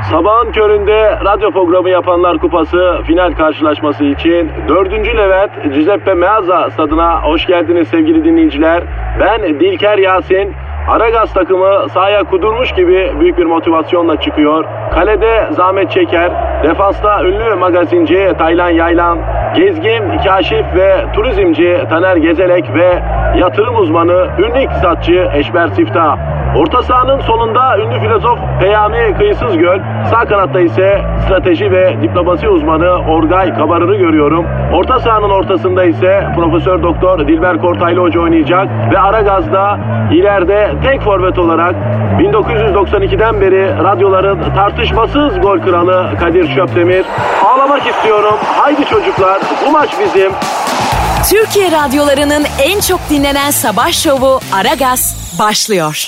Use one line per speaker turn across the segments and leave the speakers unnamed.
Sabahın köründe radyo programı yapanlar kupası final karşılaşması için 4. Levent Giuseppe Meazza stadına hoş geldiniz sevgili dinleyiciler. Ben Dilker Yasin. Aragaz takımı sahaya kudurmuş gibi büyük bir motivasyonla çıkıyor. Kalede Zahmet Çeker, defansta ünlü magazinci Taylan Yaylan, gezgin, kaşif ve turizmci Taner Gezelek ve yatırım uzmanı, ünlü iktisatçı Eşber Siftah. Orta sahanın solunda ünlü filozof Peyami Kıyısızgöl, sağ kanatta ise strateji ve diplomasi uzmanı Orgay Kabarır'ı görüyorum. Orta sahanın ortasında ise Profesör Doktor Dilber Kortaylı Hoca oynayacak ve Aragaz'da ileride tek forvet olarak 1992'den beri radyoların tartışmasız gol kralı Kadir Şöpdemir. Ağlamak istiyorum. Haydi çocuklar, bu maç bizim.
Türkiye radyolarının en çok dinlenen sabah şovu Aragaz başlıyor.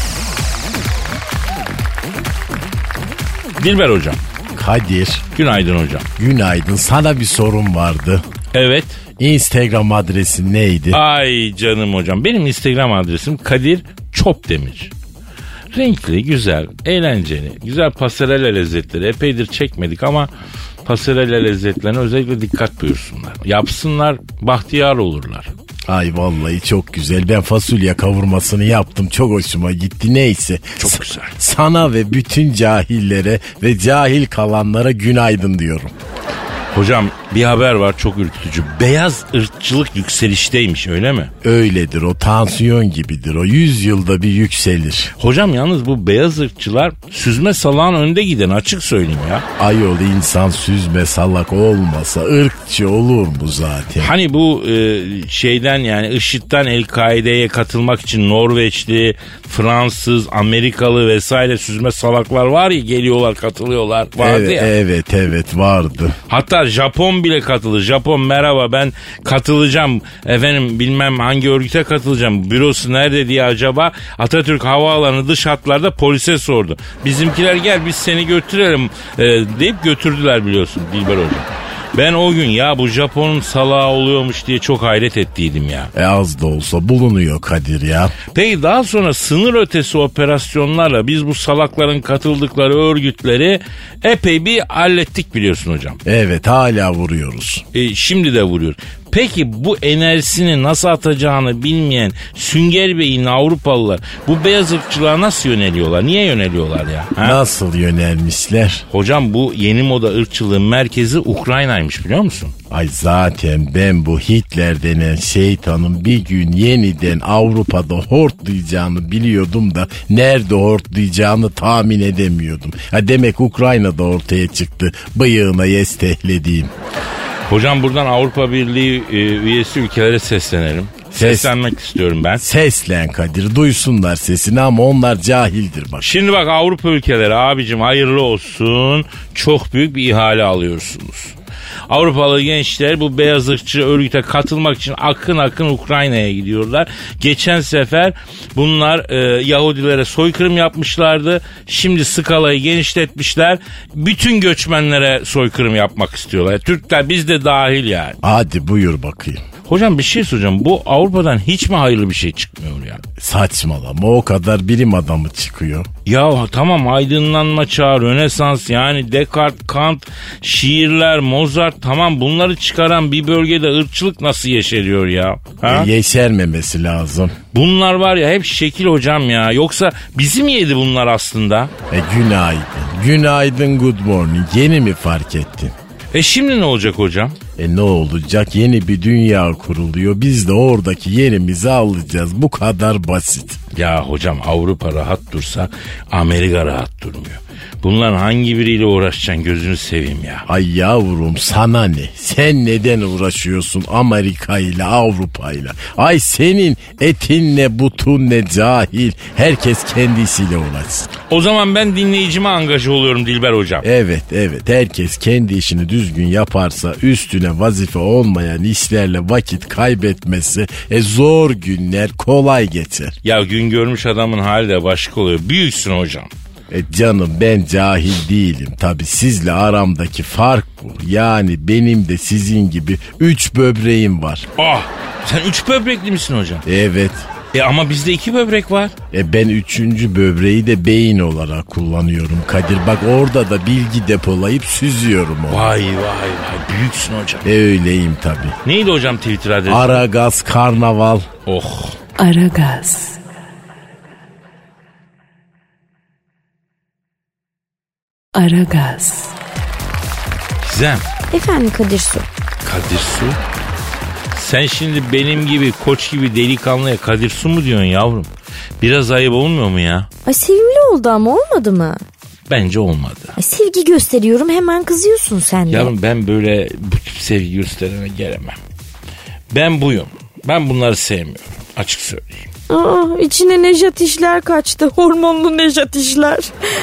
Dilber hocam.
Kadir.
Günaydın hocam.
Günaydın. Sana bir sorum vardı.
Evet.
Instagram adresin neydi?
Ay canım hocam. Benim Instagram adresim Kadir Çopdemir. Renkli, güzel, eğlenceli, güzel pasarela lezzetleri. Epeydir çekmedik ama pasarela lezzetlerine özellikle dikkat buyursunlar. Yapsınlar, bahtiyar olurlar.
Ay vallahi çok güzel. Ben fasulye kavurmasını yaptım. Çok hoşuma gitti. Neyse.
Çok güzel.
Sana ve bütün cahillere ve cahil kalanlara günaydın diyorum.
Hocam bir haber var çok ürkütücü. Beyaz ırkçılık yükselişteymiş, öyle mi?
Öyledir, o tansiyon gibidir. O 100 yılda bir yükselir.
Hocam yalnız bu beyaz ırkçılar süzme salağın önde giden, açık söyleyeyim ya.
Ayol, insan süzme salak olmasa ırkçı olur mu zaten?
Hani bu şeyden, yani IŞİD'den El-Kaide'ye katılmak için Norveçli, Fransız, Amerikalı vesaire süzme salaklar var ya, geliyorlar, katılıyorlar. Vardı
evet,
ya.
Evet vardı.
Hatta Japon bile katıldı. Japon merhaba ben katılacağım. Efendim bilmem hangi örgüte katılacağım. Bürosu nerede diye acaba Atatürk Havaalanı dış hatlarda polise sordu. Bizimkiler gel biz seni götürelim deyip götürdüler biliyorsun Dilber hocam. Ben o gün ya bu Japon'un salağı oluyormuş diye çok hayret ettiydim ya.
Az da olsa bulunuyor Kadir ya.
Peki daha sonra sınır ötesi operasyonlarla biz bu salakların katıldıkları örgütleri epey bir hallettik biliyorsun hocam.
Evet, hala vuruyoruz.
Şimdi de vuruyoruz. Peki bu enerjisini nasıl atacağını bilmeyen Sünger Bey'in Avrupalılar bu beyaz ırkçılığa nasıl yöneliyorlar? Niye yöneliyorlar ya? Ha?
Nasıl yönelmişler?
Hocam bu yeni moda ırkçılığın merkezi Ukrayna'ymış biliyor musun?
Ay zaten ben bu Hitler denen şeytanın bir gün yeniden Avrupa'da hortlayacağını biliyordum da nerede hortlayacağını tahmin edemiyordum. Ha demek Ukrayna'da ortaya çıktı, bıyığına yestehlediğim.
Hocam buradan Avrupa Birliği üyesi ülkelere seslenelim. Seslenmek istiyorum ben.
Seslen Kadir, duysunlar sesini ama onlar cahildir bak.
Şimdi bak Avrupa ülkeleri abicim hayırlı olsun, çok büyük bir ihale alıyorsunuz. Avrupalı gençler bu beyaz ırkçı örgüte katılmak için akın Ukrayna'ya gidiyorlar. Geçen sefer bunlar Yahudilere soykırım yapmışlardı. Şimdi skalayı genişletmişler. Bütün göçmenlere soykırım yapmak istiyorlar. Türkler biz de dahil yani.
Hadi buyur bakayım.
Hocam bir şey soracağım. Bu Avrupa'dan hiç mi hayırlı bir şey çıkmıyor ya?
Saçmalama, o kadar bilim adamı çıkıyor.
Ya tamam aydınlanma çağı, Rönesans yani Descartes, Kant, şiirler, Mozart tamam bunları çıkaran bir bölgede ırkçılık nasıl yeşeriyor ya? Ha?
Yeşermemesi lazım.
Bunlar var ya hep şekil hocam ya. Yoksa bizi mi yedi bunlar aslında?
Günaydın. Günaydın, good morning. Yeni mi fark ettin?
Şimdi ne olacak hocam?
Ne olacak? Yeni bir dünya kuruluyor. Biz de oradaki yerimizi alacağız. Bu kadar basit.
Ya hocam Avrupa rahat dursa Amerika rahat durmuyor. Bunların hangi biriyle uğraşacaksın gözünü seveyim ya.
Ay yavrum sana ne? Sen neden uğraşıyorsun Amerika ile Avrupa ile? Ay senin etin ne butun ne cahil. Herkes kendisiyle uğraşsın.
O zaman ben dinleyicime angaje oluyorum Dilber hocam.
Evet herkes kendi işini düzgün yaparsa üstüne vazife olmayan işlerle vakit kaybetmesi zor günler kolay geçer.
Ya gün görmüş adamın hali de başka oluyor. Büyüksün hocam.
Canım ben cahil değilim. Tabii sizle aramdaki fark bu. Yani benim de sizin gibi 3 böbreğim var.
Ah sen 3 böbrekli misin hocam?
Evet.
Ama bizde 2 böbrek var.
Ben 3. böbreği de beyin olarak kullanıyorum Kadir. Bak orada da bilgi depolayıp süzüyorum onu.
Vay büyüksün hocam.
Öyleyim tabii.
Neydi hocam Twitter adresi?
Aragaz Karnaval.
Oh.
Aragaz. Aragaz.
Gizem.
Efendim Kadir Su.
Kadir Su? Sen şimdi benim gibi koç gibi delikanlıya Kadir Su mu diyorsun yavrum? Biraz ayıp olmuyor mu ya?
Ay sevimli oldu ama olmadı mı?
Bence olmadı.
Ay sevgi gösteriyorum hemen kızıyorsun sen de.
Yavrum ben böyle bu tip sevgi gösterene gelemem. Ben buyum. Ben bunları sevmiyorum. Açık söyleyeyim.
İçine Nejat İşler kaçtı. Hormonlu Nejat İşler.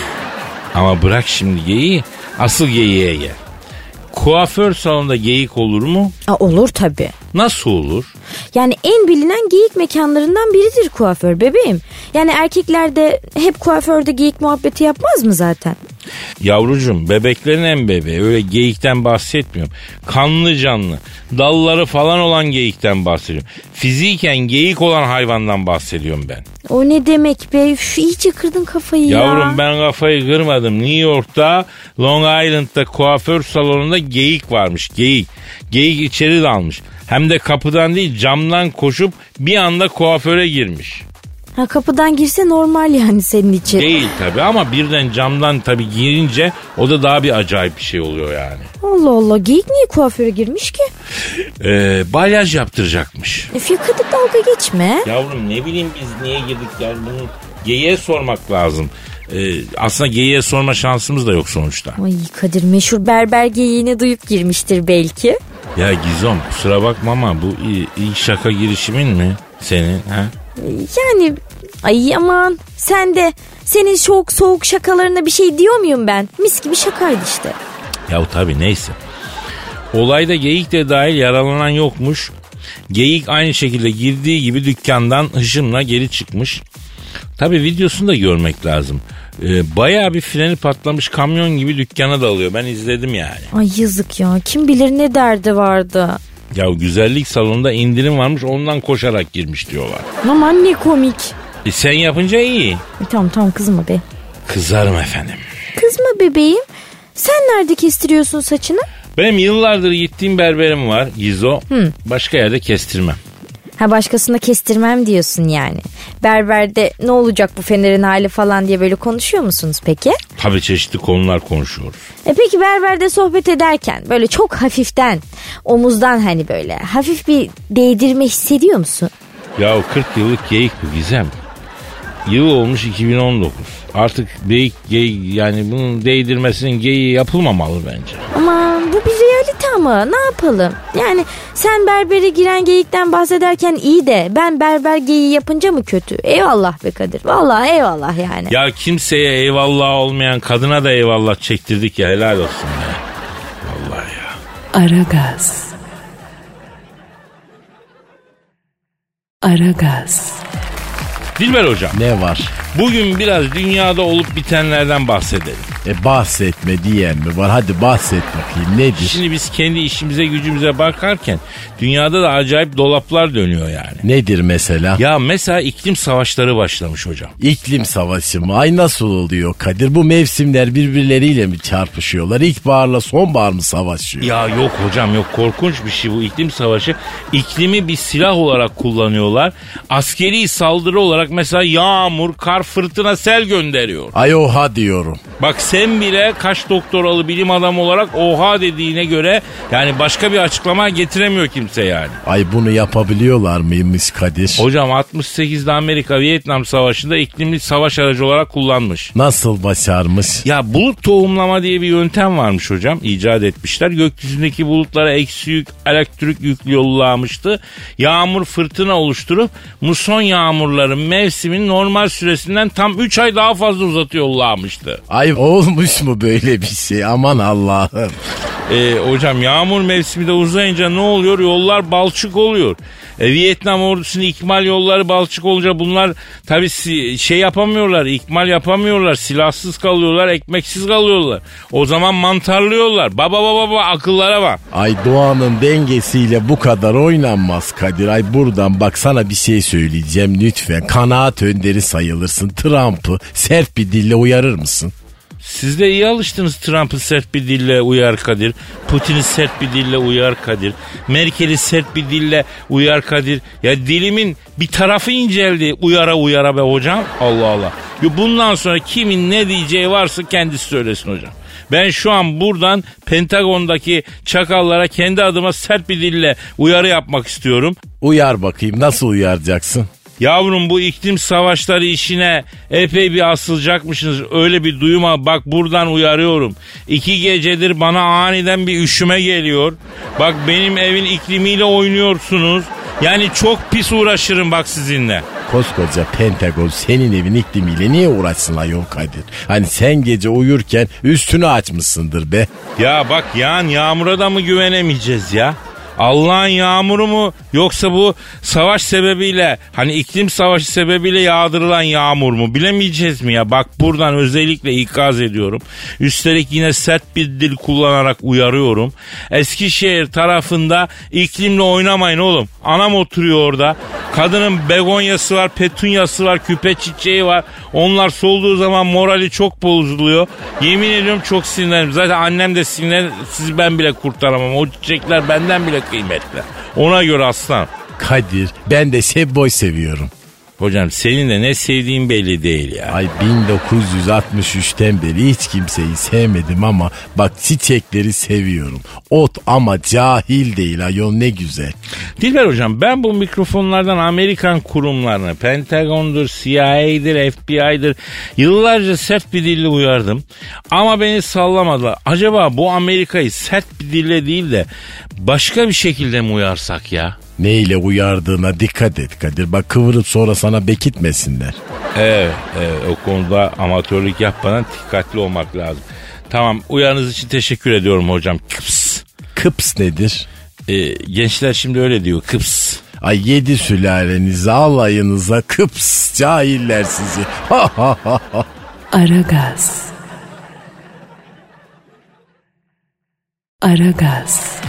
Ama bırak şimdi geyiği. Asıl geyiğe gel. Kuaför salonunda geyik olur mu?
Olur tabii.
Nasıl olur?
Yani en bilinen geyik mekanlarından biridir kuaför bebeğim. Yani erkekler de hep kuaförde geyik muhabbeti yapmaz mı zaten?
Yavrucuğum bebeklerin en bebeği, öyle geyikten bahsetmiyorum. Kanlı canlı, dalları falan olan geyikten bahsediyorum. Fiziken geyik olan hayvandan bahsediyorum ben.
O ne demek be? Üf, iyice kırdın kafayı ya.
Yavrum ben kafayı kırmadım. New York'ta Long Island'da kuaför salonunda geyik varmış. Geyik içeri dalmış. Hem de kapıdan değil camdan koşup bir anda kuaföre girmiş.
Ha, kapıdan girse normal yani senin için.
Değil tabii ama birden camdan tabii girince o da daha bir acayip bir şey oluyor yani.
Allah Allah, geyik niye kuaföre girmiş ki?
Balyaj yaptıracakmış.
Fiyakatık dalga geçme.
Yavrum ne bileyim biz niye girdik yani, bunu geyiğe sormak lazım. Aslında geyiğe sorma şansımız da yok sonuçta.
Ay Kadir, meşhur berber geyiğini duyup girmiştir belki.
Ya Gizom kusura bakma ama bu ilk şaka girişimin mi senin? Ha?
Yani ay aman sen de, senin soğuk şakalarına bir şey diyor muyum ben? Mis gibi şakaydı işte.
Ya tabii neyse. Olayda geyik de dahil yaralanan yokmuş. Geyik aynı şekilde girdiği gibi dükkandan hışımla geri çıkmış. Tabii videosunu da görmek lazım. Bayağı bir freni patlamış kamyon gibi dükkana dalıyor. Ben izledim yani.
Ay yazık ya, kim bilir ne derdi vardı.
Ya güzellik salonunda indirim varmış, ondan koşarak girmiş diyorlar.
Aman ne komik.
Sen yapınca iyi.
Tamam kızma be.
Kızarım efendim.
Kızma bebeğim. Sen nerede kestiriyorsun saçını?
Benim yıllardır gittiğim berberim var Gizo. Başka yerde kestirmem.
Ha, başkasına kestirmem diyorsun yani. Berberde ne olacak bu fenerin hali falan diye böyle konuşuyor musunuz peki?
Tabii çeşitli konular konuşuyoruz.
Peki berberde sohbet ederken böyle çok hafiften, omuzdan hani böyle hafif bir değdirme hissediyor musun?
Ya 40 yıllık geyik bu Gizem. Yıl olmuş 2019. Artık geyik yani bunun değdirmesinin geyiği yapılmamalı bence.
Ama bu bir realite ama ne yapalım? Yani sen berbere giren geyikten bahsederken iyi de ben berber geyiği yapınca mı kötü? Eyvallah be Kadir. Vallahi eyvallah yani.
Ya kimseye eyvallah olmayan kadına da eyvallah çektirdik ya, helal olsun ya. Vallahi ya.
Aragaz. Aragaz.
Dilber hocam.
Ne var?
Bugün biraz dünyada olup bitenlerden bahsedelim.
Bahsetme diyen mi var? Hadi bahset bakayım, nedir?
Şimdi biz kendi işimize gücümüze bakarken dünyada da acayip dolaplar dönüyor yani.
Nedir mesela?
Ya mesela iklim savaşları başlamış hocam.
İklim savaşı mı? Ay nasıl oluyor Kadir? Bu mevsimler birbirleriyle mi çarpışıyorlar? İlkbaharla sonbahar mı savaşıyor?
Ya yok hocam yok, korkunç bir şey bu iklim savaşı. İklimi bir silah olarak kullanıyorlar. Askeri saldırı olarak mesela yağmur, kar, fırtına, sel gönderiyor.
Ay oha diyorum.
Bak sen bile kaç doktoralı bilim adamı olarak oha dediğine göre yani başka bir açıklama getiremiyor kimse yani.
Ay bunu yapabiliyorlar mıymış Kadir?
Hocam 68'de Amerika Vietnam Savaşı'nda iklimli savaş aracı olarak kullanmış.
Nasıl başarmış?
Ya bulut tohumlama diye bir yöntem varmış hocam, icat etmişler. Gökyüzündeki bulutlara eksi yük, elektrik yüklü yollamıştı. Yağmur, fırtına oluşturup muson yağmurların mevsimin normal süresinden tam 3 ay daha fazla uzatıyor yollamıştı.
Ay olmuş mu böyle bir şey? Aman Allah'ım.
Hocam yağmur mevsimi de uzayınca ne oluyor? Yollar balçık oluyor. Vietnam ordusunun ikmal yolları balçık olunca bunlar tabii şey yapamıyorlar, ikmal yapamıyorlar, silahsız kalıyorlar, ekmeksiz kalıyorlar. O zaman mantarlıyorlar. Baba akıllara bak.
Ay doğanın dengesiyle bu kadar oynanmaz Kadir. Ay buradan bak sana bir şey söyleyeceğim lütfen. Kanaat önderi sayılırsın. Trump'ı sert bir dille uyarır mısın?
Siz de iyi alıştınız Trump'ı sert bir dille uyar Kadir. Putin'i sert bir dille uyar Kadir. Merkel'i sert bir dille uyar Kadir. Ya dilimin bir tarafı inceldi uyara be hocam. Allah Allah. Bundan sonra kimin ne diyeceği varsa kendisi söylesin hocam. Ben şu an buradan Pentagon'daki çakallara kendi adıma sert bir dille uyarı yapmak istiyorum.
Uyar bakayım, nasıl uyaracaksın?
Yavrum bu iklim savaşları işine epey bir asılacakmışsınız. Öyle bir duyuma bak buradan uyarıyorum. 2 gecedir bana aniden bir üşüme geliyor. Bak benim evin iklimiyle oynuyorsunuz. Yani çok pis uğraşırım bak sizinle.
Koskoca Pentagon senin evin iklimiyle niye uğraşsın ayol Kadir? Hani sen gece uyurken üstünü açmışsındır be.
Ya bak yağmura da mı güvenemeyeceğiz ya? Allah'ın yağmuru mu yoksa bu savaş sebebiyle hani iklim savaşı sebebiyle yağdırılan yağmur mu bilemeyeceğiz mi ya? Bak buradan özellikle ikaz ediyorum. Üstelik yine sert bir dil kullanarak uyarıyorum. Eskişehir tarafında iklimle oynamayın oğlum. Anam oturuyor orada. Kadının begonyası var, petunyası var, küpe çiçeği var. Onlar solduğu zaman morali çok bozuluyor. Yemin ediyorum çok sinirlerim. Zaten annem de sinirlenir. Sizi ben bile kurtaramam. O çiçekler benden bile kıymetli. Ona göre aslan.
Kadir ben de Sebboy seviyorum.
Hocam senin de ne sevdiğin belli değil ya.
Ay 1963'ten beri hiç kimseyi sevmedim ama bak çiçekleri seviyorum. Ot ama cahil değil ayol, ne güzel.
Dilber hocam ben bu mikrofonlardan Amerikan kurumlarını, Pentagon'dur, CIA'dir, FBI'dir yıllarca sert bir dille uyardım. Ama beni sallamadılar. Acaba bu Amerika'yı sert bir dille değil de başka bir şekilde mi uyarsak ya?
Neyle uyardığına dikkat et Kadir. Bak kıvırıp sonra sana bekitmesinler.
Evet, o konuda amatörlük yapmadan dikkatli olmak lazım. Tamam, uyarınız için teşekkür ediyorum hocam. Kıps.
Kıps nedir?
Gençler şimdi öyle diyor, kıps.
Ay 7 sülalenize alayınıza kıps, cahiller sizi.
Aragaz. Aragaz.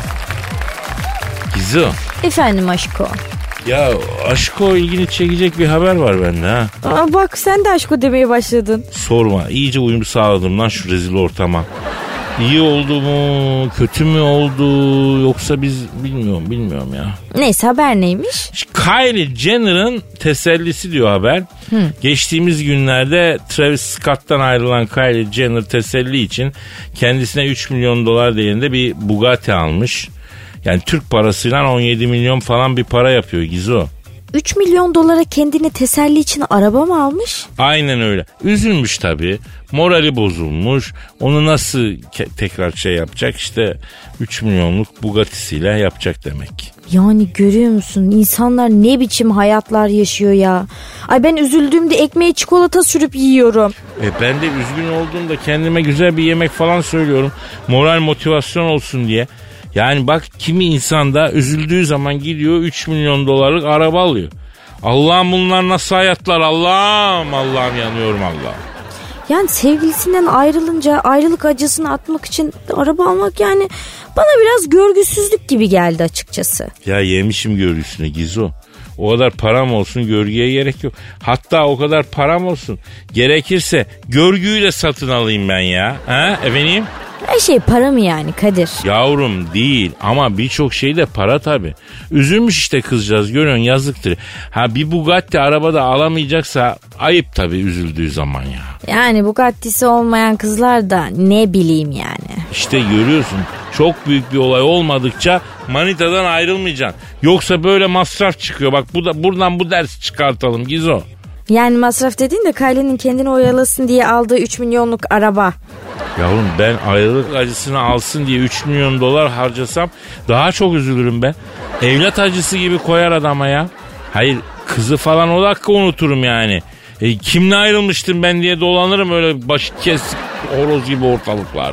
Gizo.
Efendim aşko.
Ya aşko ilgini çekecek bir haber var bende ha.
Aa, bak sen de aşko demeye başladın.
Sorma, iyice uyum sağladım lan şu rezil ortama. İyi oldu mu, kötü mü oldu yoksa biz bilmiyorum ya.
Neyse haber neymiş?
Kylie Jenner'ın tesellisi diyor haber. Geçtiğimiz günlerde Travis Scott'tan ayrılan Kylie Jenner teselli için kendisine 3 milyon dolar değerinde bir Bugatti almış. Yani Türk parasıyla 17 milyon falan bir para yapıyor Gizo.
3 milyon dolara kendine teselli için araba mı almış?
Aynen öyle. Üzülmüş tabii. Morali bozulmuş. Onu nasıl tekrar şey yapacak? İşte 3 milyonluk Bugatti'siyle yapacak demek.
Yani görüyor musun? İnsanlar ne biçim hayatlar yaşıyor ya. Ay ben üzüldüğümde ekmeğe çikolata sürüp yiyorum.
Ben de üzgün olduğumda kendime güzel bir yemek falan söylüyorum. Moral motivasyon olsun diye. Yani bak kimi insan da üzüldüğü zaman gidiyor 3 milyon dolarlık araba alıyor. Allah'ım bunlar nasıl hayatlar, Allah'ım yanıyorum Allah'ım.
Yani sevgilisinden ayrılınca ayrılık acısını atmak için araba almak yani bana biraz görgüsüzlük gibi geldi açıkçası.
Ya yemişim görgüsüne Gizo. O kadar param olsun görgüye gerek yok. Hatta o kadar param olsun gerekirse görgüyle satın alayım ben ya. Ha efendim?
Her şey para mı yani Kadir?
Yavrum değil ama birçok şey de para tabii. Üzülmüş işte kızcağız, görüyorsun, yazıktır. Ha bir Bugatti arabada alamayacaksa ayıp tabii üzüldüğü zaman ya.
Yani Bugatti'si olmayan kızlar da ne bileyim yani.
İşte görüyorsun çok büyük bir olay olmadıkça manitadan ayrılmayacaksın. Yoksa böyle masraf çıkıyor. Bak buradan bu dersi çıkartalım Gizo.
Yani masraf dediğin de Kylie'nin kendini oyalasın diye aldığı 3 milyonluk araba.
Yavrum ben ayrılık acısını alsın diye 3 milyon dolar harcasam daha çok üzülürüm ben. Evlat acısı gibi koyar adama ya. Hayır kızı falan o dakika unuturum yani. Kimle ayrılmıştım ben diye dolanırım öyle başı kesik horoz gibi ortalıklarda.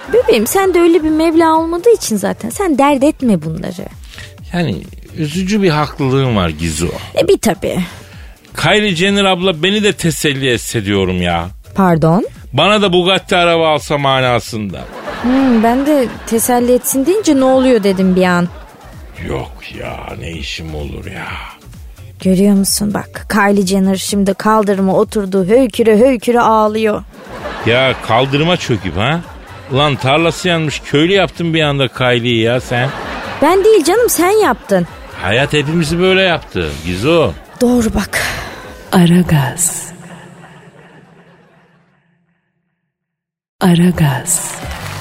Bebeğim sen de öyle bir meblağ olmadığı için zaten sen dert etme bunları.
Yani üzücü bir haklılığım var Gizo.
Bir tabii.
Kylie Jenner abla beni de teselli etse diyorum ya.
Pardon?
Bana da Bugatti araba alsa manasında.
Ben de teselli etsin deyince ne oluyor dedim bir an.
Yok ya, ne işim olur ya.
Görüyor musun bak, Kylie Jenner şimdi kaldırıma oturdu, höyküre ağlıyor.
Ya kaldırıma çöküp ha? Ulan tarlası yanmış köylü yaptın bir anda Kylie'yi ya sen.
Ben değil canım, sen yaptın.
Hayat hepimizi böyle yaptı Gizo.
Doğru bak.
Aragaz. Aragaz.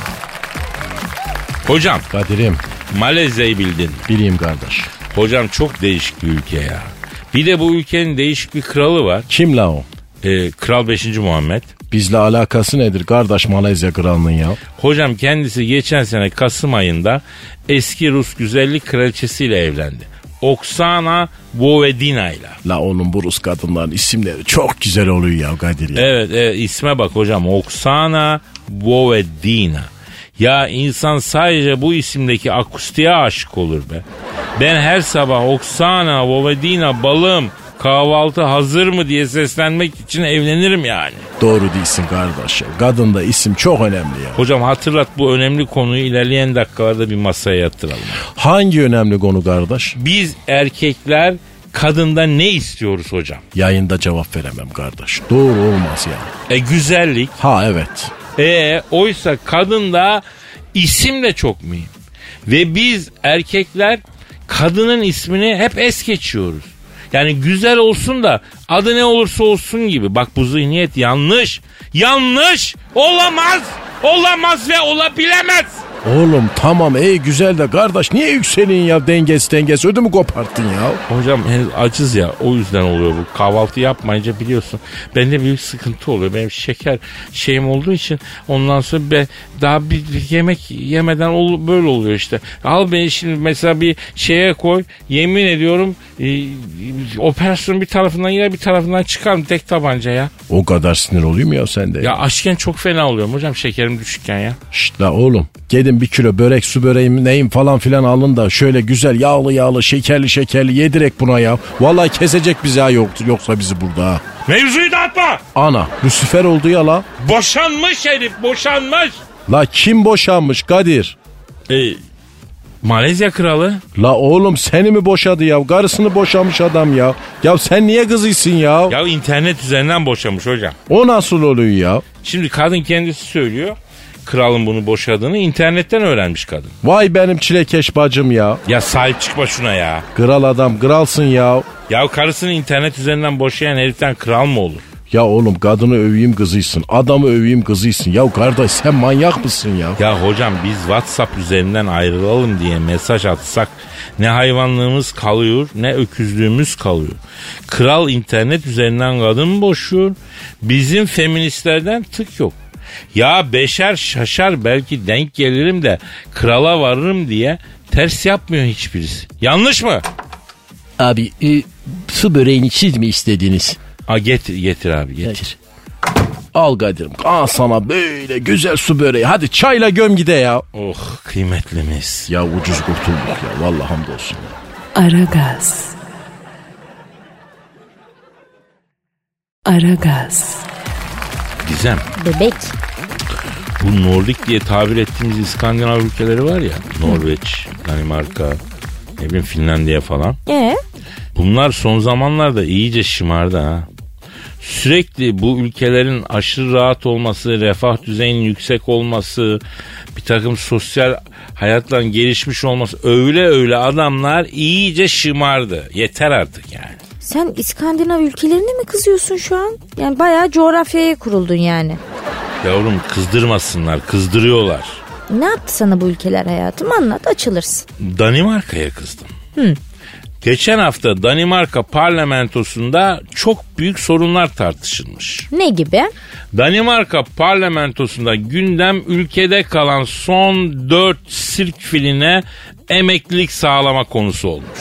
Hocam
Kadir'im
Malezya'yı bildin.
bileyim kardeş.
Hocam çok değişik bir ülke ya. Bir de bu ülkenin değişik bir kralı var.
Kim la o?
Kral 5. Muhammed.
Bizle alakası nedir kardeş Malezya kralının ya?
Hocam kendisi geçen sene Kasım ayında eski Rus güzellik kraliçesiyle evlendi. Oksana Vovedina ile.
La onun bu Rus kadınların isimleri çok güzel oluyor ya Kadir ya.
Evet, isme bak hocam, Oksana Vovedina. Ya insan sadece bu isimdeki akustiğe aşık olur be. Ben her sabah Oksana Vovedina balım kahvaltı hazır mı diye seslenmek için evlenirim yani.
Doğru değilsin kardeş ya. Kadında isim çok önemli ya.
Hocam hatırlat, bu önemli konuyu ilerleyen dakikalarda bir masaya yatıralım.
Hangi önemli konu kardeş?
Biz erkekler kadından ne istiyoruz hocam?
Yayında cevap veremem kardeş. Doğru olmaz ya.
Güzellik.
Ha evet.
Oysa kadında isim de çok mühim. Ve biz erkekler kadının ismini hep es geçiyoruz. Yani güzel olsun da adı ne olursa olsun gibi. Bak bu zihniyet yanlış. Yanlış. Olamaz. Olamaz ve olabilemez.
Oğlum tamam güzel de kardeş niye yükselin ya dengesi ödümü koparttın ya.
Hocam henüz acız ya, o yüzden oluyor bu. Kahvaltı yapmayınca biliyorsun bende büyük sıkıntı oluyor. Benim şeker şeyim olduğu için ondan sonra daha bir yemek yemeden böyle oluyor işte. Al beni şimdi mesela bir şeye koy, yemin ediyorum operasyon bir tarafından yine bir tarafından çıkarım tek tabanca ya.
O kadar sinir oluyor mu ya sende?
Ya açken çok fena oluyorum hocam, şekerim düşükken ya.
Şşt la oğlum gidin 1 kilo börek su böreğim neyim falan filan alın da şöyle güzel yağlı şekerli yedirek buna ya. Vallahi kesecek bizi ha yoksa bizi burada ha.
Mevzuyu dağıtma.
Ana Lucifer oldu ya la.
Boşanmış herif, boşanmış.
La kim boşanmış Kadir?
Malezya kralı.
La oğlum seni mi boşadı ya? Karısını boşamış adam ya. Ya sen niye kızıysın ya?
Ya internet üzerinden boşamış hocam.
O nasıl oluyor ya?
Şimdi kadın kendisi söylüyor. Kralın bunu boşadığını internetten öğrenmiş kadın.
Vay benim çilekeş bacım ya.
Ya sahip çıkma şuna ya.
Kral adam kralsın ya.
Ya karısını internet üzerinden boşayan heriften kral mı olur?
Ya oğlum kadını öveyim kızıysın. Adamı öveyim kızıysın. Ya kardeş sen manyak mısın ya?
Ya hocam biz WhatsApp üzerinden ayrılalım diye mesaj atsak ne hayvanlığımız kalıyor ne öküzlüğümüz kalıyor. Kral internet üzerinden kadın mı boşuyor? Bizim feministlerden tık yok. Ya beşer şaşar belki denk gelirim de krala varırım diye ters yapmıyor hiçbirisi. Yanlış mı?
Abi su böreğini siz mi istediniz?
Getir abi getir.
Al Kadir'im. Al sana böyle güzel su böreği. Hadi çayla göm gide ya.
Oh kıymetlimiz.
Ya ucuz kurtulduk ya. Vallahi hamdolsun.
Aragaz. Aragaz.
Gizem.
Bebek.
Bu Nordik diye tabir ettiğimiz İskandinav ülkeleri var ya. Norveç, Danimarka, ne bileyim Finlandiya falan. Bunlar son zamanlarda iyice şımardı ha. Sürekli bu ülkelerin aşırı rahat olması, refah düzeyinin yüksek olması, bir takım sosyal hayatların gelişmiş olması, öyle adamlar iyice şımardı. Yeter artık yani.
Sen İskandinav ülkelerine mi kızıyorsun şu an? Yani bayağı coğrafyaya kuruldun yani.
Yavrum kızdırmasınlar, kızdırıyorlar.
Ne yaptı sana bu ülkeler hayatım? Anlat, açılırsın.
Danimarka'ya kızdım. Geçen hafta Danimarka parlamentosunda çok büyük sorunlar tartışılmış.
Ne gibi?
Danimarka parlamentosunda gündem ülkede kalan son 4 sirk filine emeklilik sağlama konusu olmuş.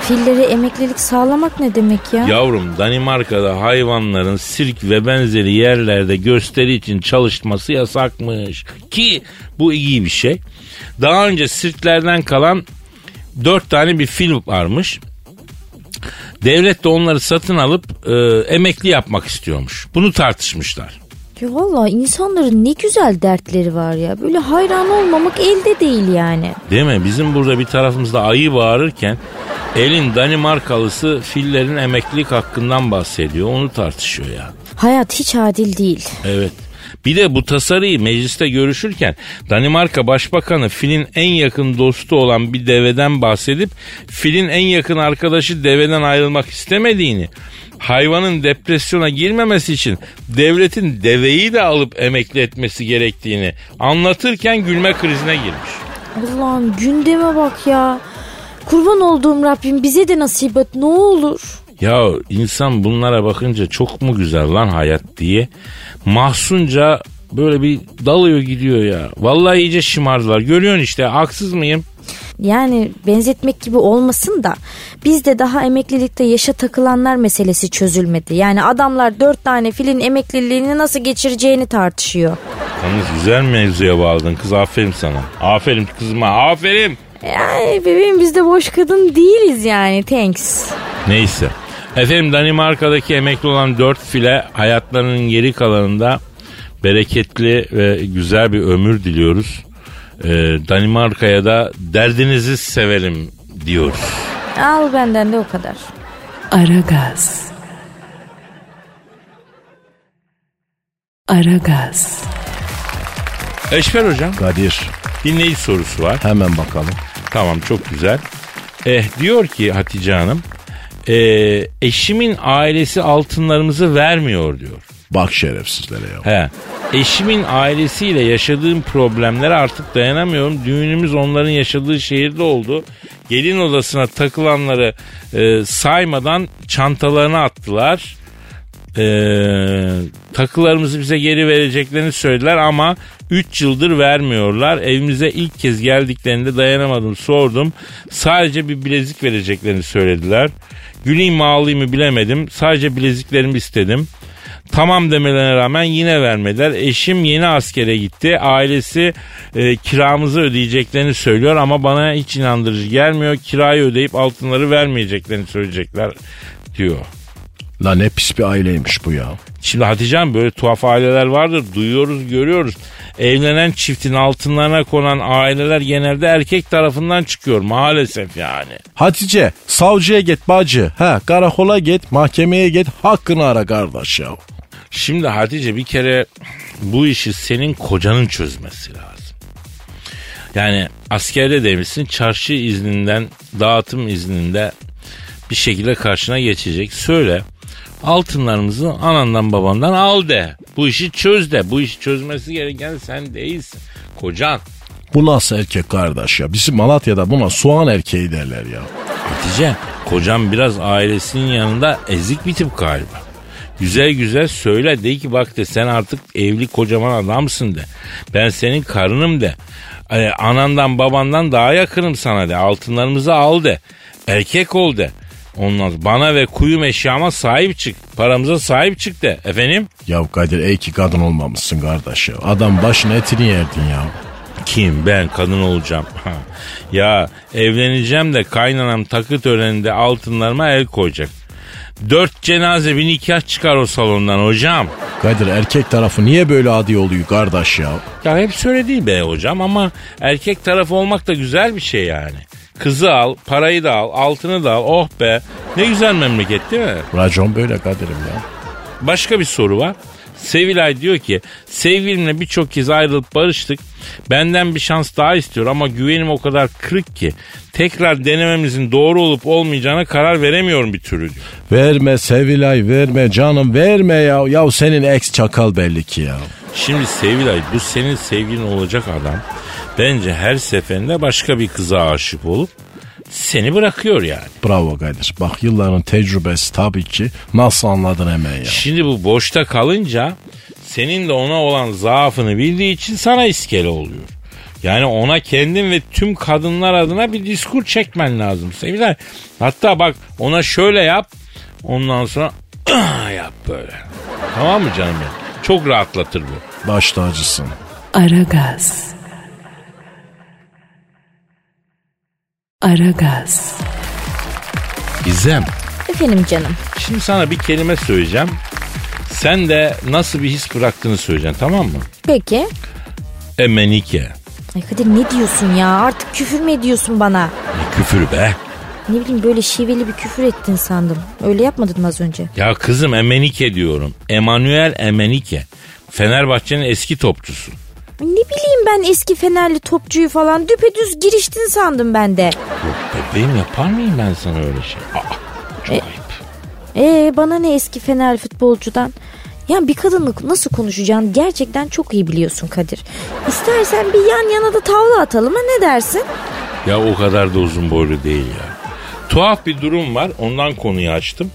fillere emeklilik sağlamak ne demek ya?
Yavrum, Danimarka'da hayvanların sirk ve benzeri yerlerde gösteri için çalışması yasakmış. Ki bu iyi bir şey. Daha önce sirklerden kalan 4 tane bir fil varmış. Devlet de onları satın alıp emekli yapmak istiyormuş. Bunu tartışmışlar.
Ya valla insanların ne güzel dertleri var ya. Böyle hayran olmamak elde değil yani.
Değil mi? Bizim burada bir tarafımızda ayı bağırırken elin Danimarkalısı fillerin emeklilik hakkından bahsediyor. Onu tartışıyor ya.
Hayat hiç adil değil.
Evet. Bir de bu tasarıyı mecliste görüşürken Danimarka Başbakanı filin en yakın dostu olan bir deveden bahsedip filin en yakın arkadaşı deveden ayrılmak istemediğini, hayvanın depresyona girmemesi için devletin deveyi de alıp emekli etmesi gerektiğini anlatırken gülme krizine girmiş.
Allah'ım gündeme bak ya. Kurban olduğum Rabbim bize de nasip et ne olur.
Ya insan bunlara bakınca çok mu güzel lan hayat diye mahzunca böyle bir dalıyor gidiyor ya. Vallahi iyice şımardılar. Görüyorsun işte, haksız mıyım?
Yani benzetmek gibi olmasın da bizde daha emeklilikte yaşa takılanlar meselesi çözülmedi. Yani adamlar 4 tane filin emekliliğini nasıl geçireceğini tartışıyor.
Yalnız güzel mevzuya bağladın kız, aferin sana. Aferin kızıma, aferin.
Yani bebeğim biz de boş kadın değiliz yani, thanks.
Neyse. Efendim, Danimarka'daki emekli olan 4 file hayatlarının geri kalanında bereketli ve güzel bir ömür diliyoruz. Danimarka'ya da derdinizi sevelim diyoruz.
Al benden de o kadar.
Aragaz. Aragaz.
Eşber hocam,
Kadir,
dinleyici sorusu var.
hemen bakalım.
Tamam, çok güzel. Diyor ki Hatice Hanım, eşimin ailesi altınlarımızı vermiyor diyor.
Bak şerefsizlere ya.
Eşimin ailesiyle yaşadığım problemlere artık dayanamıyorum. Düğünümüz onların yaşadığı şehirde oldu. Gelin odasına takılanları saymadan çantalarına attılar. Takılarımızı bize geri vereceklerini söylediler ama 3 yıldır vermiyorlar. Evimize ilk kez geldiklerinde dayanamadım, sordum. Sadece bir bilezik vereceklerini söylediler. Güleyim mi ağlayayım mı bilemedim. Sadece bileziklerimi istedim. Tamam demelerine rağmen yine vermediler. Eşim yeni askere gitti. Ailesi kiramızı ödeyeceklerini söylüyor ama bana hiç inandırıcı gelmiyor. Kirayı ödeyip altınları vermeyeceklerini söyleyecekler diyor.
La ne pis bir aileymiş bu ya.
Şimdi Hatice Hanım, böyle tuhaf aileler vardır. Duyuyoruz, görüyoruz. Evlenen çiftin altınlarına konan aileler genelde erkek tarafından çıkıyor maalesef yani.
Hatice, savcıya git bacı. Karakola git, mahkemeye git, hakkını ara kardeş ya.
Şimdi Hatice, bir kere bu işi senin kocanın çözmesi lazım. Yani askerde demişsin, çarşı izninden, dağıtım izninde bir şekilde karşına geçecek. Söyle, altınlarımızı anandan babandan al de. Bu işi çöz de. Bu işi çözmesi gereken sen değilsin. Kocan.
Bu nasıl erkek kardeş ya? Bizim Malatya'da buna soğan erkeği derler ya.
Hatice, kocam biraz ailesinin yanında ezik bir tip galiba. Güzel güzel söyle, de ki bak de, sen artık evli kocaman adamsın de. Ben senin karınım de. Anandan babandan daha yakınım sana de. Altınlarımızı al de. Erkek ol de. Ondan bana ve kuyum eşyama sahip çık. Paramıza sahip çık de. Efendim?
Ya Kadir, ey ki kadın olmamışsın kardeş ya. Adam başın etini yerdin ya.
Kim? Ben kadın olacağım. Ya evleneceğim de kaynanam takı töreninde altınlarıma el koyacak. 4 cenaze bir nikah çıkar o salondan hocam.
Kadir, erkek tarafı niye böyle adi oluyor kardeş ya?
Ya hep söyle değil be hocam, ama erkek tarafı olmak da güzel bir şey yani. Kızı al, parayı da al, altını da al. Oh be, ne güzel memleket değil mi?
Racon böyle Kadir'im ya.
Başka bir soru var. Sevilay diyor ki, sevgilimle birçok kez ayrılıp barıştık. Benden bir şans daha istiyor ama güvenim o kadar kırık ki tekrar denememizin doğru olup olmayacağına karar veremiyorum bir türlü diyor.
Verme Sevilay, verme canım, verme ya. Ya senin ex çakal belli ki ya.
Şimdi Sevilay, bu senin sevgilin olacak adam bence her seferinde başka bir kıza aşık olup seni bırakıyor yani.
Bravo Kadir. Bak, yılların tecrübesi tabii ki. Nasıl anladın hemen ya.
Şimdi bu boşta kalınca senin de ona olan zaafını bildiği için sana iskele oluyor. Yani ona kendin ve tüm kadınlar adına bir diskur çekmen lazım sevgiler. Hatta bak ona şöyle yap. Ondan sonra yap böyle. Tamam mı canım benim? Çok rahatlatır bu.
Baş tacısın.
Aragaz. Aragaz.
Gizem.
Efendim canım.
Şimdi sana bir kelime söyleyeceğim. Sen de nasıl bir his bıraktığını söyleyeceksin, tamam mı?
Peki.
Emenike.
Ay Kadir ne diyorsun ya? Artık küfür mü ediyorsun bana?
Ne küfür be?
Ne bileyim böyle şiveli bir küfür ettin sandım. Öyle yapmadın mı az önce?
Ya kızım Emenike diyorum. Emanuel Emenike. Fenerbahçe'nin eski topçusu.
Ne bileyim ben eski Fenerli topçuyu falan düpedüz giriştin sandım ben de.
Yok bebeğim, yapar mıyım ben sana öyle şey? Çok ayıp.
Bana ne eski Fener futbolcudan? Ya bir kadınla nasıl konuşacağını gerçekten çok iyi biliyorsun Kadir. İstersen bir yan yana da tavla atalım ha, ne dersin?
Ya o kadar da uzun boylu değil ya. Tuhaf bir durum var, ondan konuyu açtım.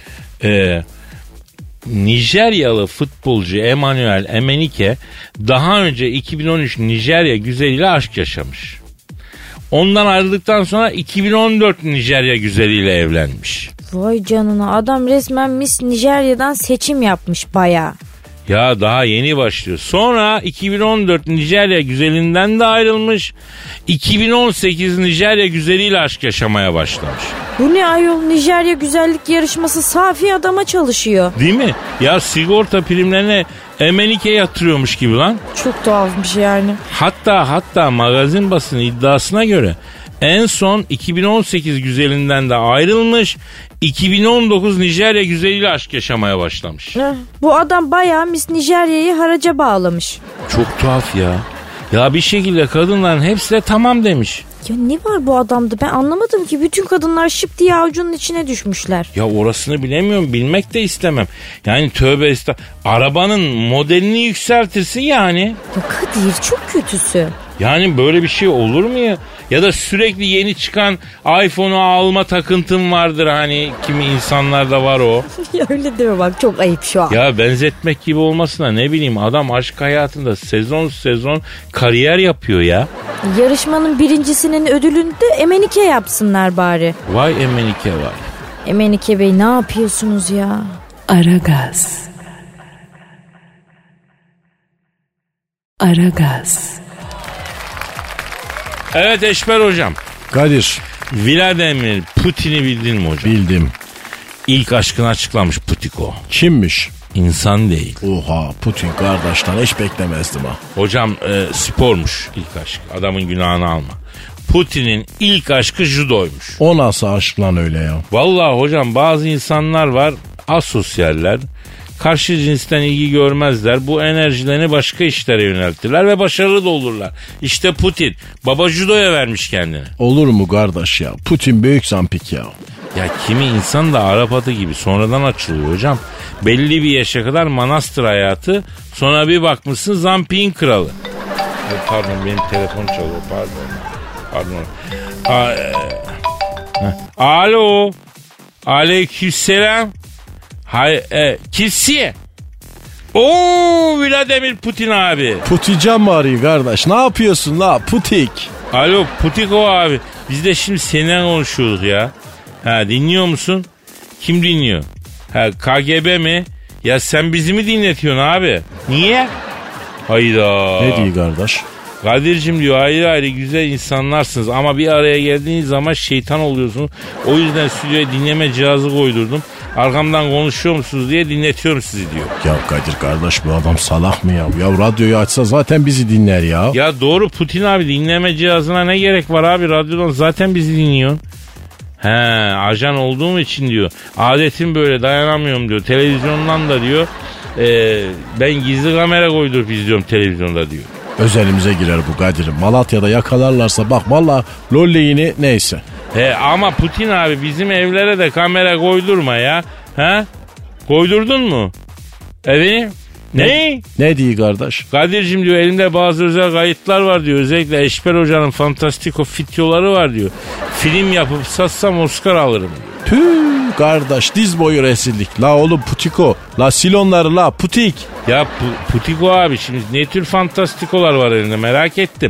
Nijeryalı futbolcu Emanuel Emenike daha önce 2013 Nijerya güzeliyle aşk yaşamış. Ondan ayrıldıktan sonra 2014 Nijerya güzeliyle evlenmiş.
Vay canına, adam resmen Miss Nijerya'dan seçim yapmış bayağı.
Ya daha yeni başlıyor. Sonra 2014 Nijerya güzelinden de ayrılmış. 2018 Nijerya güzeliyle aşk yaşamaya başlamış.
Bu ne ayol, Nijerya güzellik yarışması safi adama çalışıyor.
Değil mi? Ya sigorta primlerine Emenike yatırıyormuş gibi lan.
Çok tuhafmış yani.
Hatta magazin basını iddiasına göre en son 2018 güzelinden de ayrılmış. 2019 Nijerya güzeliyle aşk yaşamaya başlamış.
Bu adam bayağı Miss Nijerya'yı haraca bağlamış.
Çok tuhaf ya. Ya bir şekilde kadınların hepsi de tamam demiş.
Ya ne var bu adamda, ben anlamadım ki. Bütün kadınlar şıp diye avucunun içine düşmüşler.
Ya orasını bilemiyorum, bilmek de istemem. Yani tövbe estağfurullah. Arabanın modelini yükseltirsin yani.
Ya Kadir çok kötüsü.
Yani böyle bir şey olur mu ya? Ya da sürekli yeni çıkan iPhone'u alma takıntım vardır hani, kimi insanlarda var o.
Ya öyle deme bak, çok ayıp şu an.
Ya benzetmek gibi olmasına ne bileyim, adam aşk hayatında sezon kariyer yapıyor ya.
Yarışmanın birincisinin ödülünü de Emenike yapsınlar bari.
Vay Emenike vay.
Emenike Bey ne yapıyorsunuz ya?
Aragaz. Aragaz.
Evet Eşber hocam.
Kadir.
Vladimir Putin'i bildin mi hocam?
Bildim.
İlk aşkını açıklamış Putiko.
Kimmiş?
İnsan değil.
Oha, Putin kardeşten hiç beklemezdim ha.
Hocam spormuş ilk aşk. Adamın günahını alma. Putin'in ilk aşkı judoymuş.
O nasıl aşk lan öyle ya?
Vallahi hocam bazı insanlar var, asosyaller. Karşı cinsten ilgi görmezler. Bu enerjilerini başka işlere yöneltirler ve başarılı da olurlar. İşte Putin baba judoya vermiş kendini.
Olur mu kardeş ya? Putin büyük zampik ya.
Ya kimi insan da Arap atı gibi sonradan açılıyor hocam. Belli bir yaşa kadar manastır hayatı, sonra bir bakmışsın zampiğin kralı. Pardon benim telefon çalıyor, pardon. Alo. Aleykümselam. Kimsi? Oo Vladimir Putin abi.
Putican mı arıyor kardeş? Ne yapıyorsun la Putik?
Alo Putiko abi. Biz de şimdi seninle konuşuyorduk ya. Ha dinliyor musun? Kim dinliyor? Ha KGB mi? Ya sen bizi mi dinletiyorsun abi? Niye? Hayda.
Ne diyor kardeş?
Kadir'cim diyor, ayrı ayrı güzel insanlarsınız ama bir araya geldiğiniz zaman şeytan oluyorsunuz. O yüzden stüdyoya dinleme cihazı koydurdum. Arkamdan konuşuyor musunuz diye dinletiyorum sizi diyor.
Ya Kadir kardeş, bu adam salak mı ya? Ya radyoyu açsa zaten bizi dinler ya.
Ya doğru Putin abi, dinleme cihazına ne gerek var abi, radyodan zaten bizi dinliyorsun. He, ajan olduğum için diyor. Adetim böyle, dayanamıyorum diyor. Televizyondan da diyor. Ben gizli kamera koydurup izliyorum televizyonda diyor.
Özelimize girer bu Kadir'im. Malatya'da yakalarlarsa bak valla lolliğini neyse.
Ama Putin abi bizim evlere de kamera koydurma ya. Ha? Koydurdun mu? Efendim? Ne?
Ne diyor kardeş?
Kadir'cim diyor, elimde bazı özel kayıtlar var diyor. Özellikle Eşber Hoca'nın fantastiko fityoları var diyor. Film yapıp satsam Oscar alırım diyor.
Tüh kardeş, diz boyu rezillik. La oğlum Putiko. La silonları la Putik.
Ya Putiko abi, şimdi ne tür fantastikolar var elinde merak ettim.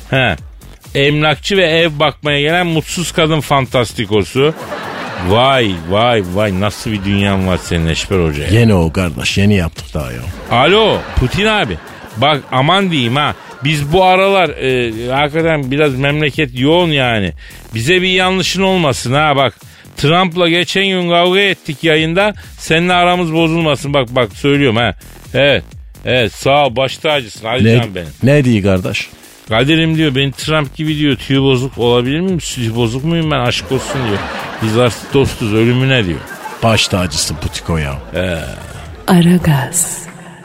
He. Emlakçı ve ev bakmaya gelen mutsuz kadın fantastikosu. Vay nasıl bir dünyan var senin Eşber Hoca.
Yeni o kardeş, yeni yaptık daha ya.
Alo Putin abi. Bak aman diyeyim ha. Biz bu aralar hakikaten biraz memleket yoğun yani. Bize bir yanlışın olmasın ha bak. Trump'la geçen gün kavga ettik yayında. Seninle aramız bozulmasın. Bak söylüyorum ha. Evet sağ ol baş tacısın. Hadi canım benim.
Ne diyor kardeş?
Kadir'im diyor ben Trump gibi diyor tüy bozuk olabilir miyim? Tüy bozuk muyum ben aşk olsun diyor. Biz artık dostuz ölümüne diyor.
Baş tacısın Putiko ya.
Aragaz.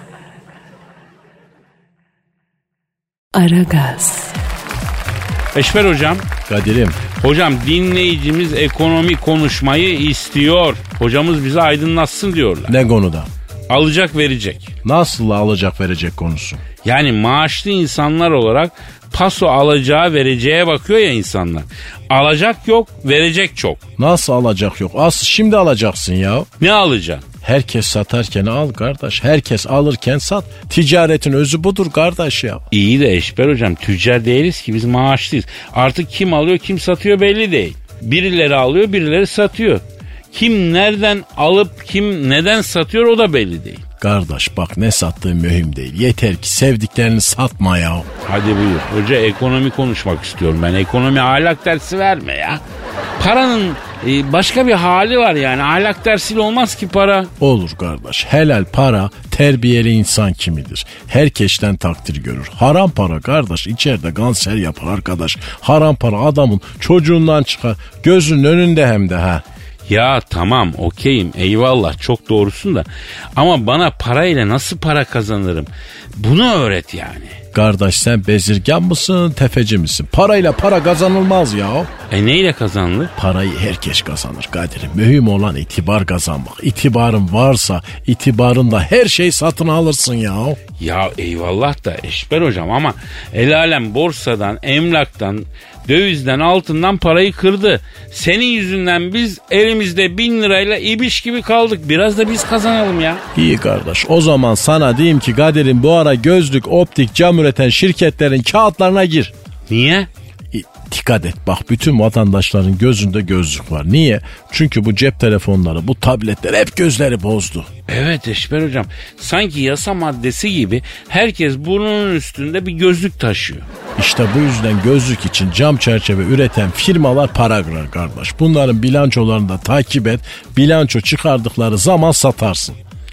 Eşber hocam.
Kadir'im.
Hocam dinleyicimiz ekonomi konuşmayı istiyor. Hocamız bizi aydınlatsın diyorlar.
Ne konuda?
Alacak verecek.
Nasıl alacak verecek konusu?
Yani maaşlı insanlar olarak paso alacağı vereceğe bakıyor ya insanlar. Alacak yok, verecek çok.
Nasıl alacak yok? Asıl şimdi alacaksın ya.
Ne alacaksın?
Herkes satarken al kardeş. Herkes alırken sat. Ticaretin özü budur kardeş ya.
İyi de Eşber hocam tüccar değiliz ki biz maaşlıyız. Artık kim alıyor kim satıyor belli değil. Birileri alıyor birileri satıyor. Kim nereden alıp kim neden satıyor o da belli değil.
Kardeş bak ne sattığın mühim değil. Yeter ki sevdiklerini satma ya.
Hadi buyur. Hoca ekonomi konuşmak istiyorum ben. Ekonomi ahlak dersi verme ya. Paranın başka bir hali var yani. Ahlak dersiyle olmaz ki para.
Olur kardeş. Helal para terbiyeli insan kimidir. Herkesten takdir görür. Haram para kardeş içeride kanser yapar arkadaş. Haram para adamın çocuğundan çıkar. Gözünün önünde hem de ha.
Ya tamam okeyim eyvallah çok doğrusun da ama bana parayla nasıl para kazanırım bunu öğret yani.
Kardeş sen bezirgan mısın tefeci misin? Parayla para kazanılmaz ya.
Neyle kazanılır?
Parayı herkes kazanır Kadir'im. Mühim olan itibar kazanmak. İtibarın varsa itibarında her şeyi satın alırsın ya.
Ya eyvallah da Eşber hocam ama el alem borsadan, emlaktan, dövizden, altından parayı kırdı. Senin yüzünden biz elimizde 1000 lirayla ibiş gibi kaldık. Biraz da biz kazanalım ya.
İyi kardeş o zaman sana diyeyim ki Kadir'im bu ara gözlük, optik, cam üreten şirketlerin kağıtlarına gir.
Niye?
Dikkat et bak bütün vatandaşların gözünde gözlük var. Niye? Çünkü bu cep telefonları, bu tabletler hep gözleri bozdu.
Evet Eşber hocam. Sanki yasa maddesi gibi herkes burnunun üstünde bir gözlük taşıyor.
İşte bu yüzden gözlük için cam çerçeve üreten firmalar para kırar kardeş. Bunların bilançolarını da takip et. Bilanço çıkardıkları zaman satarsın.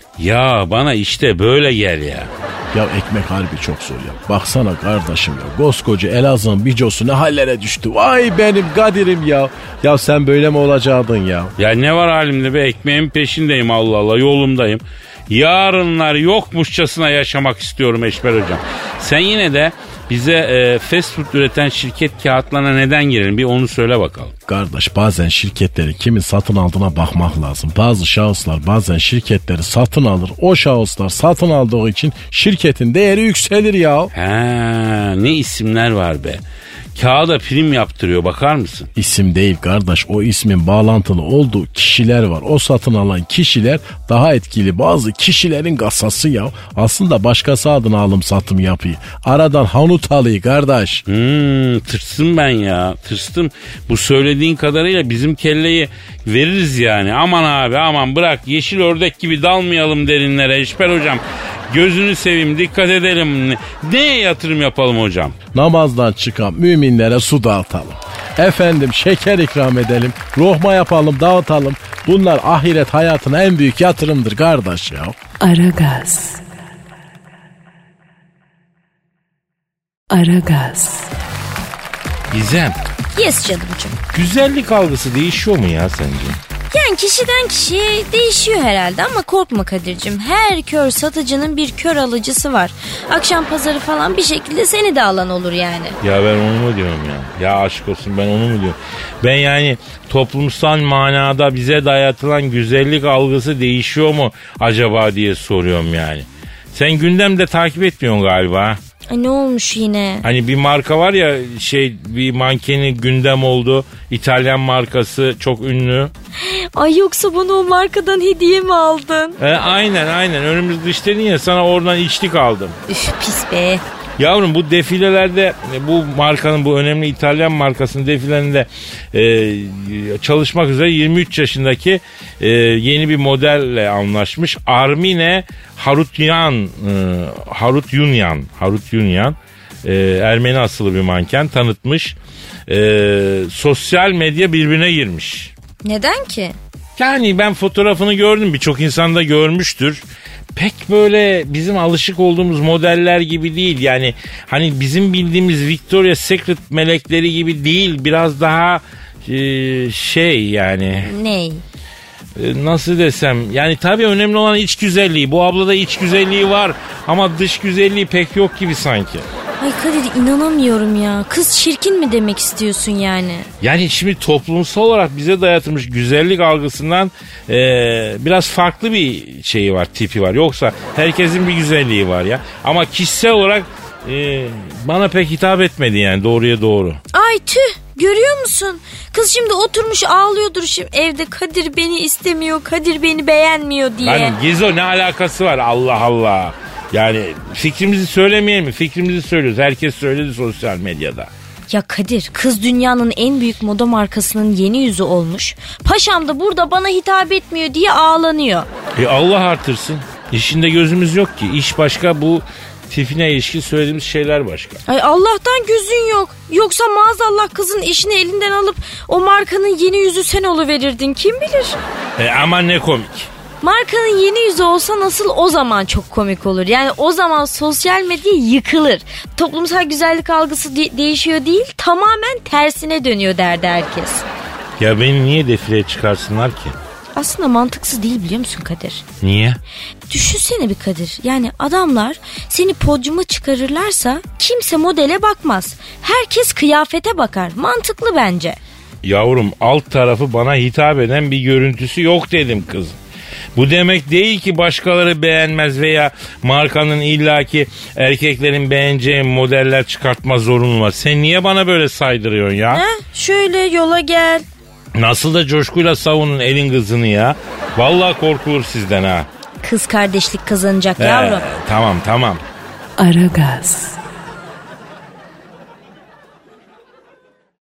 Ya bana işte böyle gel ya.
Ya ekmek harbi çok zor ya. Baksana kardeşim ya. Koskoca Elazığ'ın bicosu ne hallere düştü. Vay benim Kadir'im ya. Ya sen böyle mi olacaktın ya?
Ya ne var halimde be ekmeğin peşindeyim Allah Allah yolumdayım. Yarınlar yokmuşçasına yaşamak istiyorum Eşber hocam. Sen yine de bize fast food üreten şirket kağıtlarına neden girelim bir onu söyle bakalım.
Kardeş bazen şirketleri kimin satın aldığına bakmak lazım. Bazı şahıslar bazen şirketleri satın alır. O şahıslar satın aldığı için şirketin değeri yükselir ya.
Ne isimler var be. Kağıda prim yaptırıyor bakar mısın?
İsim değil kardeş o ismin bağlantılı olduğu kişiler var. O satın alan kişiler daha etkili bazı kişilerin kasası ya. Aslında başkası adına alım satım yapıyor. Aradan hanut alıyor kardeş.
Tırstım ben ya tırstım. Bu söylediğin kadarıyla bizim kelleyi veririz yani. Aman abi aman bırak yeşil ördek gibi dalmayalım derinlere Eşber hocam. Gözünü seveyim dikkat edelim. Neye yatırım yapalım hocam?
Namazdan çıkan müminlere su dağıtalım. Efendim şeker ikram edelim. Lokma yapalım dağıtalım. Bunlar ahiret hayatına en büyük yatırımdır kardeş ya.
Aragaz.
Gizem.
Yes canımcığım.
Güzellik algısı değişiyor mu ya sence?
Yani kişiden kişiye değişiyor herhalde ama korkma Kadir'cim. Her kör satıcının bir kör alıcısı var. Akşam pazarı falan bir şekilde seni de alan olur yani.
Ya ben onu mu diyorum ya? Ya aşk olsun ben onu mu diyorum? Ben yani toplumsal manada bize dayatılan güzellik algısı değişiyor mu acaba diye soruyorum yani. Sen gündemde takip etmiyorsun galiba.
Ay ne olmuş yine?
Hani bir marka var ya bir mankeni gündem oldu. İtalyan markası çok ünlü.
Ay yoksa bunu o markadan hediye mi aldın?
Aynen önümüzde işte ya sana oradan içlik aldım.
Üf pis be.
Yavrum bu defilelerde bu markanın, bu önemli İtalyan markasının defilelerinde çalışmak üzere 23 yaşındaki yeni bir modelle anlaşmış. Armine Harutyunyan Ermeni asıllı bir manken tanıtmış. Sosyal medya birbirine girmiş.
Neden ki?
Yani ben fotoğrafını gördüm, birçok insan da görmüştür. Pek böyle bizim alışık olduğumuz modeller gibi değil. Yani hani bizim bildiğimiz Victoria's Secret melekleri gibi değil. Biraz daha yani.
Ney?
Nasıl desem, yani tabii önemli olan iç güzelliği. Bu ablada iç güzelliği var ama dış güzelliği pek yok gibi sanki.
Ay Kadir, inanamıyorum ya. Kız çirkin mi demek istiyorsun yani?
Yani şimdi toplumsal olarak bize dayatılmış güzellik algısından biraz farklı bir şeyi var, tipi var. Yoksa herkesin bir güzelliği var ya. Ama kişisel olarak bana pek hitap etmedi yani, doğruya doğru.
Ay tüh, görüyor musun? Kız şimdi oturmuş ağlıyordur şimdi evde, Kadir beni istemiyor, Kadir beni beğenmiyor diye.
Yani Gizo, ne alakası var, Allah Allah. Yani fikrimizi söylemeyelim mi? Fikrimizi söylüyoruz. Herkes söyledi sosyal medyada.
Ya Kadir, kız dünyanın en büyük moda markasının yeni yüzü olmuş. Paşam da burada bana hitap etmiyor diye ağlanıyor.
Allah artırsın. İşinde gözümüz yok ki. İş başka, bu tipine ilişkin söylediğimiz şeyler başka.
Ay Allah'tan gözün yok. Yoksa maazallah kızın işini elinden alıp o markanın yeni yüzü sen oluverirdin, kim bilir.
Aman ne komik.
Markanın yeni yüzü olsa nasıl o zaman çok komik olur. Yani o zaman sosyal medya yıkılır. Toplumsal güzellik algısı değişiyor değil, tamamen tersine dönüyor derdi herkes.
Ya beni niye defileye çıkarsınlar ki?
Aslında mantıksız değil, biliyor musun Kadir?
Niye?
Düşünsene bir Kadir. Yani adamlar seni podyuma çıkarırlarsa kimse modele bakmaz. Herkes kıyafete bakar. Mantıklı bence.
Yavrum, alt tarafı bana hitap eden bir görüntüsü yok dedim kızım. Bu demek değil ki başkaları beğenmez veya markanın illaki erkeklerin beğeneceği modeller çıkartma zorunlu var. Sen niye bana böyle saydırıyorsun ya?
Şöyle yola gel.
Nasıl da coşkuyla savunun elin kızını ya. Vallahi korkulur sizden ha.
Kız kardeşlik kazanacak yavrum.
Tamam.
Aragaz.